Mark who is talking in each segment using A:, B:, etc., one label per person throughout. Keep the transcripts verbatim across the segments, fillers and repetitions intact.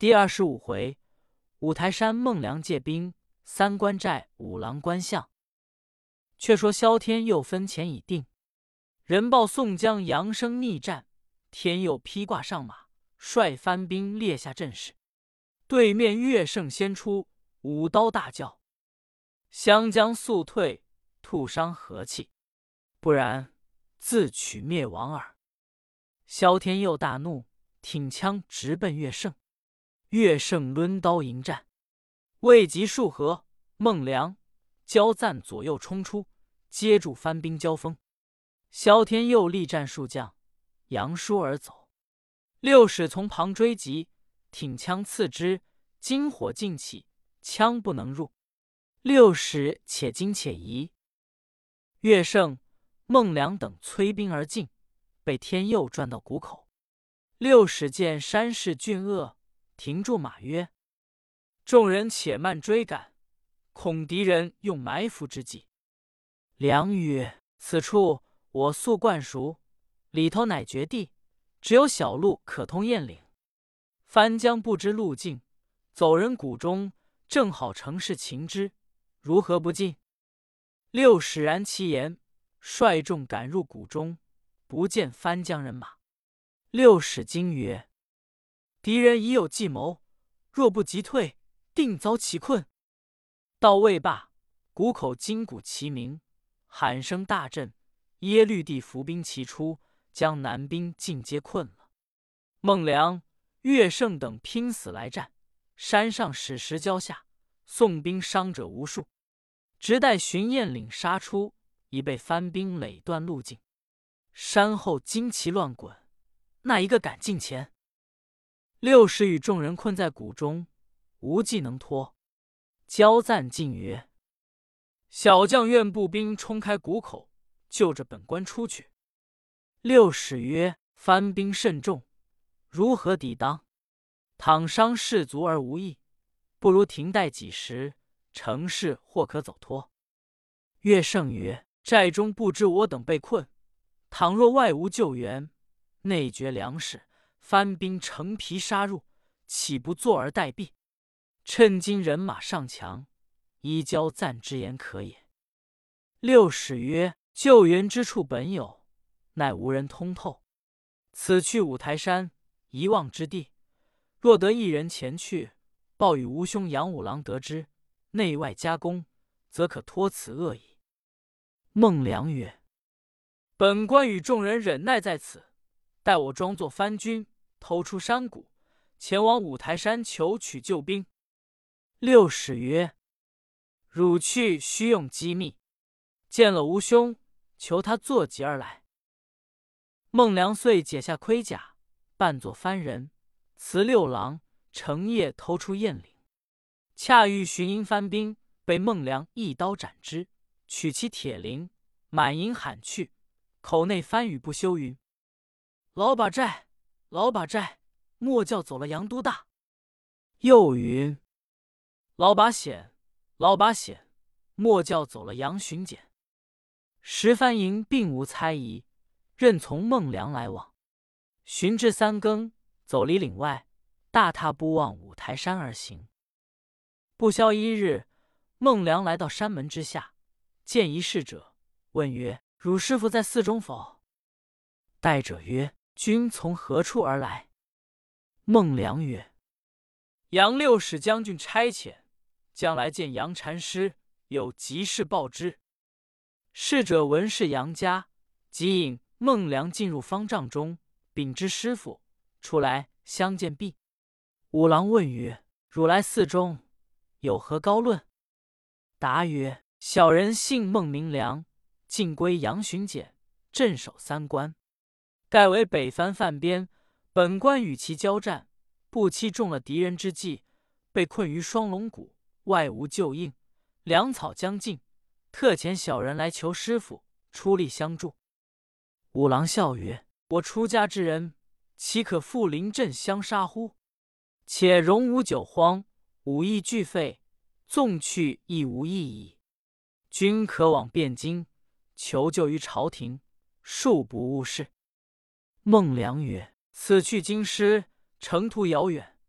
A: 第二十五回，五台山孟良借兵，三关寨五郎关相。却说萧天佑分前已定，人报宋江扬声逆战，天佑披挂上马，率番兵列下阵势。对面岳胜先出，舞刀大叫：“湘江速退，兔伤和气，不然自取灭亡耳！”萧天佑大怒，挺枪直奔岳胜。岳胜抡刀迎战，未及数合，孟良、焦赞左右冲出，接住番兵交锋。萧天佑力战数将，扬书而走。六使从旁追击，挺枪刺之，金火尽起，枪不能入。六使且惊且疑。岳胜、孟良等催兵而进，被天佑转到谷口。六使见山势峻恶，停住马曰：“众人且慢追赶，恐敌人用埋伏之计。”良曰：“此处我素惯熟，里头乃绝地，只有小路可通雁岭。番将不知路径，走人谷中，正好乘势擒之，如何不进？”六使然其言，率众赶入谷中，不见番将人马。六使惊曰：“敌人已有计谋，若不急退，定遭其困。”到未罢，谷口金鼓齐鸣，喊声大震，耶律帝伏兵齐出，将南兵尽皆困了。孟良、岳胜等拼死来战，山上矢石交下，宋兵伤者无数。直待巡雁岭杀出，已被番兵垒断路径。山后旌旗乱滚，那一个敢近前？六使与众人困在谷中，无计能脱。焦赞进曰：“小将愿步兵冲开谷口，就着本关出去。”六使曰：“番兵甚众，如何抵当？倘伤士卒而无益，不如停待几时，乘势或可走脱。”岳胜曰：“寨中不知我等被困，倘若外无救援，内绝粮食，番兵乘皮杀入，岂不坐而待毙？趁今人马上强，依交赞之言可也。”六使曰：“救援之处本有，乃无人通透。此去五台山，遗忘之地，若得一人前去，报与吴兄杨五郎得知，内外夹攻，则可脱此恶矣。”孟良曰：“本官与众人忍耐在此，待我装作番军，偷出山谷，前往五台山求取救兵。”六使曰：“汝去须用机密，见了吴兄，求他坐骑而来。”孟良遂解下盔甲，扮作番人，辞六郎，乘夜偷出雁岭。恰遇巡营番兵，被孟良一刀斩之，取其铁铃，满营喊去，口内番语不休云：“老把寨，老把寨，末教走了杨都大。”又云：“老把险，老把险，末教走了杨巡检。”十番营并无猜疑，任从孟良来往。巡至三更，走离岭外，大踏步往五台山而行。不消一日，孟良来到山门之下，见一侍者，问曰：“汝师傅在寺中否？”待者曰：“君从何处而来？”孟良曰：“杨六使将军差遣，将来见杨禅师，有急事报之。”侍者闻是杨家，即引孟良进入方丈中，禀知师傅，出来相见毕。五郎问曰：“汝来寺中，有何高论？”答曰：“小人姓孟名良，进归杨巡检，镇守三关。盖为北番犯边，本官与其交战，不期中了敌人之计，被困于双龙谷，外无救应，粮草将尽，特遣小人来求师傅出力相助。”五郎笑曰：“我出家之人，岂可赴临阵相杀乎？且荣无久荒，武艺俱废，纵去亦无意义。君可往汴京，求救于朝廷，恕不误事。”孟良曰：“此去京师，程途遥远，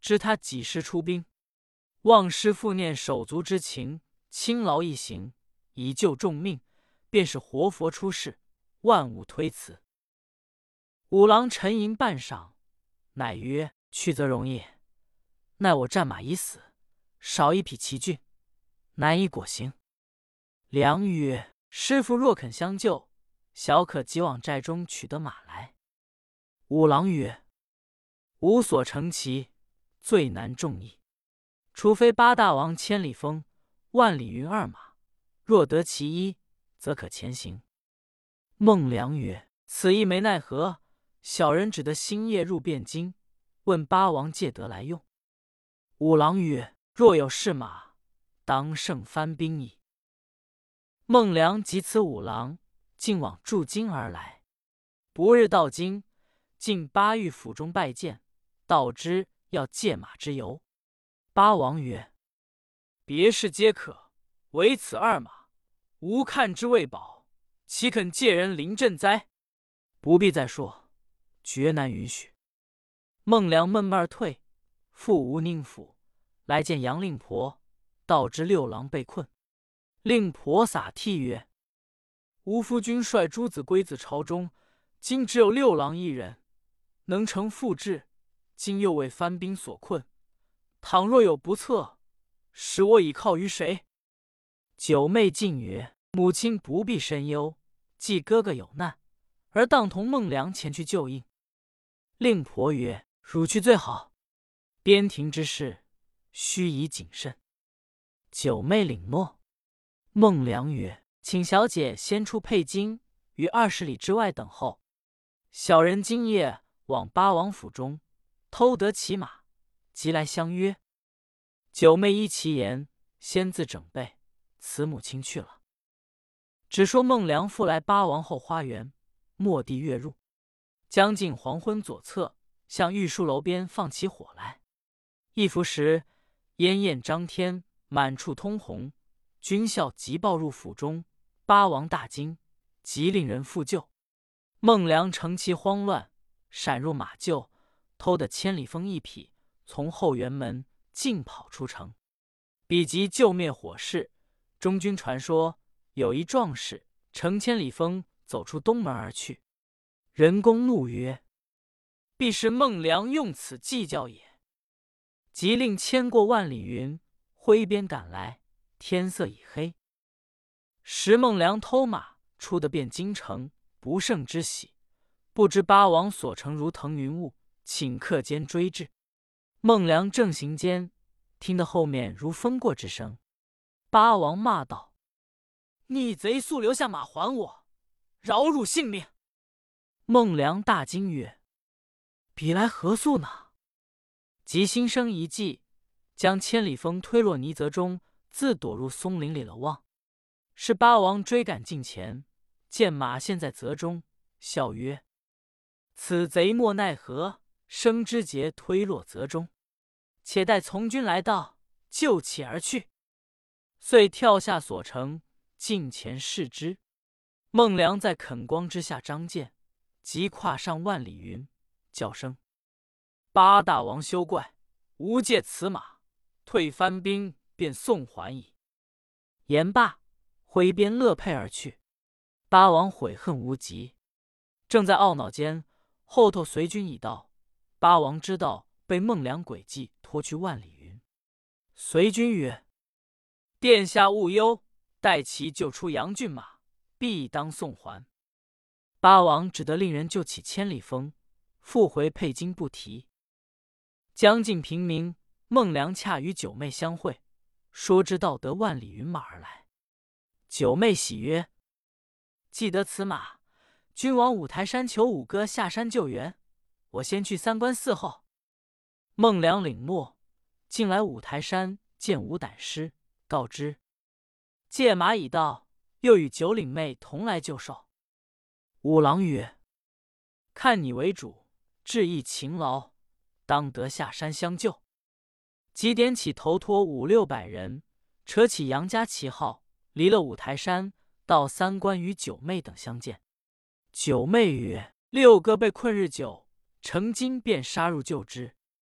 A: 知他几时出兵，望师父念手足之情，轻劳一行，以救众命，便是活佛出世，万勿推辞。”五郎沉吟半晌，乃曰：“去则容易，奈我战马已死，少一匹奇骏，难以果行。”良曰：“师父若肯相救，小可即往寨中取得马来。”五郎曰：“吾所乘骑，最难重役，除非八大王千里风、万里云二马，若得其一，则可前行。”孟良曰：“此亦没奈何，小人只得星夜入汴京，问八王借得来用。”五郎曰：“若有是马，当胜番兵矣。”孟良及此五郎，竟往驻京而来。不日到京，进八御府中拜见，道之要借马之由。八王曰：“别事皆可，唯此二马，吾看之未保，岂肯借人临阵哉？不必再说，绝难允许。”孟良闷闷而退，赴吴宁府，来见杨令婆，道知六郎被困。令婆洒涕曰：“吴夫君率诸子归自朝中，今只有六郎一人，能成复制，今又为番兵所困，倘若有不测，使我倚靠于谁？”九妹进曰：“母亲不必深忧，既哥哥有难，而当同孟良前去救应。”令婆曰：“汝去最好，边庭之事，须宜谨慎。”九妹领诺。孟良曰：“请小姐先出佩京，于二十里之外等候。小人今夜往八王府中，偷得骑马，即来相约。”九妹依其言，先自整备，辞母亲去了。只说孟良复来八王后花园，蓦地跃入，将近黄昏左侧，向玉书楼边放起火来。一伏时，烟焰张天，满处通红。军校急报入府中，八王大惊，急令人复救。孟良乘其慌乱，闪入马厩，偷得千里风一匹，从后园门径跑出城。彼即救灭火势。中军传说有一壮士乘千里风走出东门而去。人公怒曰：“必是孟良用此计较也。”即令牵过万里云，挥鞭赶来。天色已黑，时孟良偷马出得汴京城，不胜之喜，不知八王所乘如腾云雾，顷刻间追至。孟良正行间，听得后面如风过之声。八王骂道：“逆贼，速留下马还我，饶汝性命！”孟良大惊曰：“彼来何速呢？”即心生一计，将千里风推落泥泽中，自躲入松林里了望。是八王追赶近前，见马陷在泽中，笑曰：“此贼莫奈何，生枝节推落泽中。且待从军来到，救起而去。”遂跳下所乘，近前视之。孟良在垦光之下张剑，即跨上万里云，叫声：“八大王休怪，吾借此马，退番兵，便送还矣。”言罢，挥鞭勒辔而去。八王悔恨无极，正在懊恼间，后头随军已到。八王知道被孟良诡计拖去万里云。随军曰：“殿下勿忧，待其救出杨骏马，必当送还。”八王只得令人救起千里风，复回佩京不提。将近平明，孟良恰与九妹相会，说知道得万里云马而来。九妹喜曰：“既得此马，君往五台山求五哥下山救援，我先去三官伺候。”孟良领诺，进来五台山见五胆师，告知借马已到，又与九领妹同来救受。五郎曰：“看你为主，志意勤劳，当得下山相救。”即点起头拖五六百人，扯起杨家旗号，离了五台山，到三关与九妹等相见。九妹曰：“六哥被困日久，成今便杀入救之。”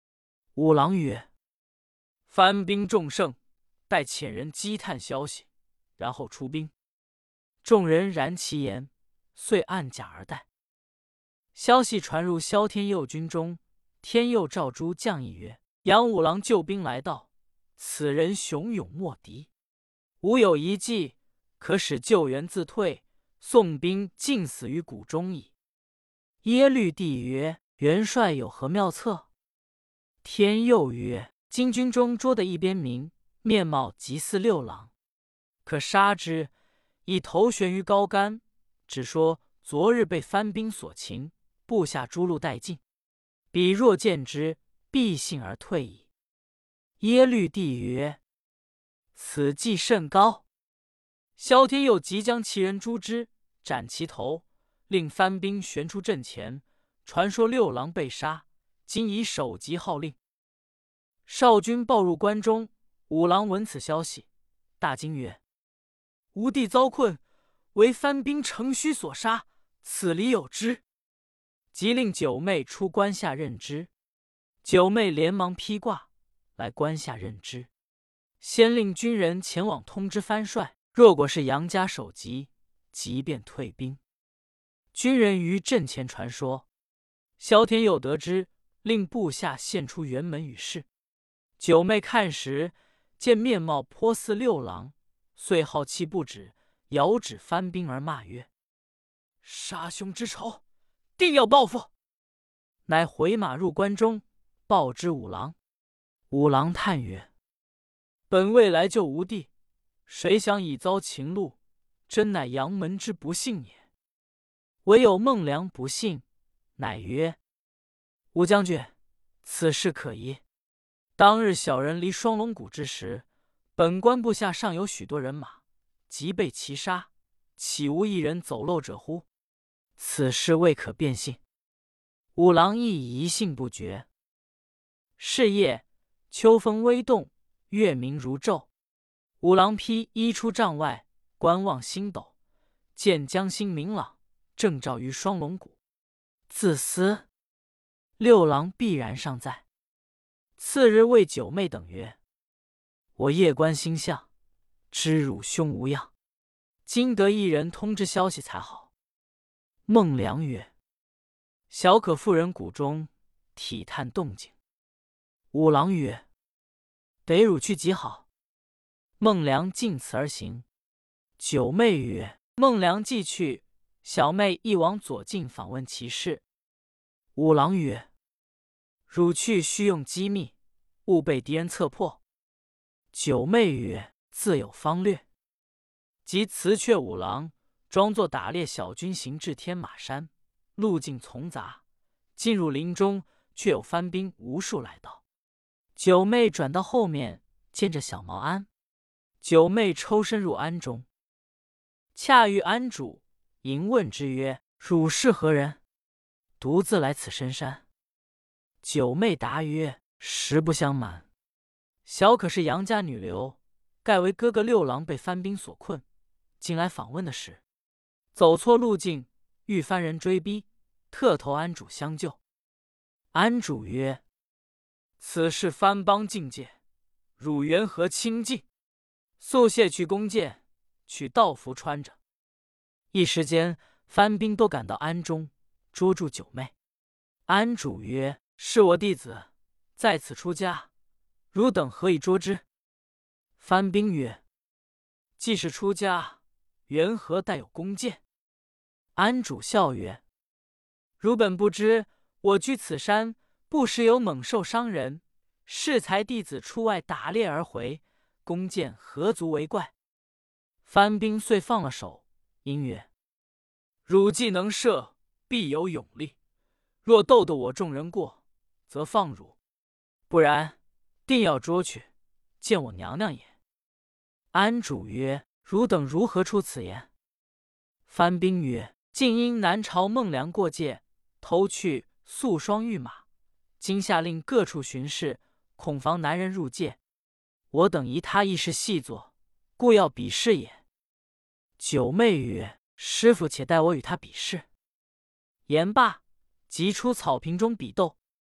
A: 五郎曰：“番兵众盛，待遣人击探消息，然后出兵。”众人然其言，遂按甲而待。消息传入萧天佑军中，天佑召诸将议曰：“杨五郎救兵来到，此人雄勇莫敌，吾有一计，可使救援自退，宋兵尽死于谷中矣。”耶律帝曰：“元帅有何妙策？”天佑曰：“今军中捉的一边民，面貌极似六郎，可杀之，以头悬于高杆，只说昨日被番兵所擒，部下诸路殆尽。彼若见之，必信而退矣。”耶律帝曰：“此计甚高。”萧天佑即将其人诛之，斩其头，令番兵旋出阵前，传说六郎被杀，今以首级号令。少军报入关中，五郎闻此消息，大惊曰：“吾弟遭困，为番兵乘虚所杀，此理有之。”即令九妹出关下任之。九妹连忙披挂来关下任之，先令军人前往通知番帅，若果是杨家首级，即便退兵。军人于阵前传说，萧天佑得知，令部下献出辕门与示。九妹看时，见面貌颇似六郎，遂好气不止，遥指番兵而骂曰：“杀兄之仇，定要报复！”乃回马入关中，报之五郎。五郎叹曰：“本未来救吾弟，谁想已遭擒戮，真乃杨门之不幸也。”唯有孟良不信，乃曰：“吴将军，此事可疑。当日小人离双龙谷之时，本官部下尚有许多人马，即被其杀，岂无一人走漏者乎？此事未可辨信。”五郎亦疑信不决。是夜，秋风微动，月明如昼。五郎披衣出帐外，观望星斗，见江心明朗，正照于双龙谷。自思六郎必然尚在。次日谓九妹等曰：“我夜观星象，知汝兄无恙，今得一人通知消息才好。”孟良曰：“小可妇人谷中体探动静。”五郎曰：“得汝去即好。”孟良尽辞而行。九妹曰：“孟良既去，小妹亦往左近访问其事。”五郎曰：“汝去须用机密，勿被敌人测破。”九妹曰：“自有方略。”即辞却五郎，装作打猎小军行至天马山，路径丛杂，进入林中，却有番兵无数来到。九妹转到后面，见着小茅庵，九妹抽身入庵中，恰遇庵主，迎问之曰：“汝是何人？独自来此深山？”九妹答曰：“实不相瞒，小可是杨家女流，盖为哥哥六郎被番兵所困，今来访问的事，走错路径，遇番人追逼，特投庵主相救。”庵主曰：“此事番邦境界，汝缘何轻进？速卸去弓箭，取道服穿着。”一时间，番兵都赶到庵中，捉住九妹。庵主曰：“是我弟子，在此出家，汝等何以捉之？”番兵曰：“既是出家，缘何带有弓箭？”庵主笑曰：“汝本不知，我居此山，不时有猛兽伤人，适才弟子出外打猎而回，弓箭何足为怪。”番兵遂放了手，因曰：“汝既能射，必有勇力。若斗得我众人过，则放汝；不然，定要捉去，见我娘娘也。”庵主曰：“汝等如何出此言？”番兵曰：“竟因南朝孟良过界，偷去素双玉马，今下令各处巡视，恐防南人入界。我等疑他亦是细作，故要比试也。”九妹曰：“师傅且待我与他比试。”言罢，即出草坪中比斗。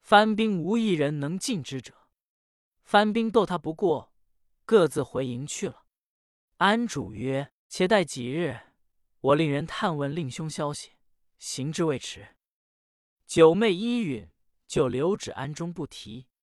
A: 番兵无一人能进之者。番兵斗他不过，各自回营去了。安主曰：“且待几日，我令人探问令兄消息，行之未迟。”九妹依允，就留止安中不提。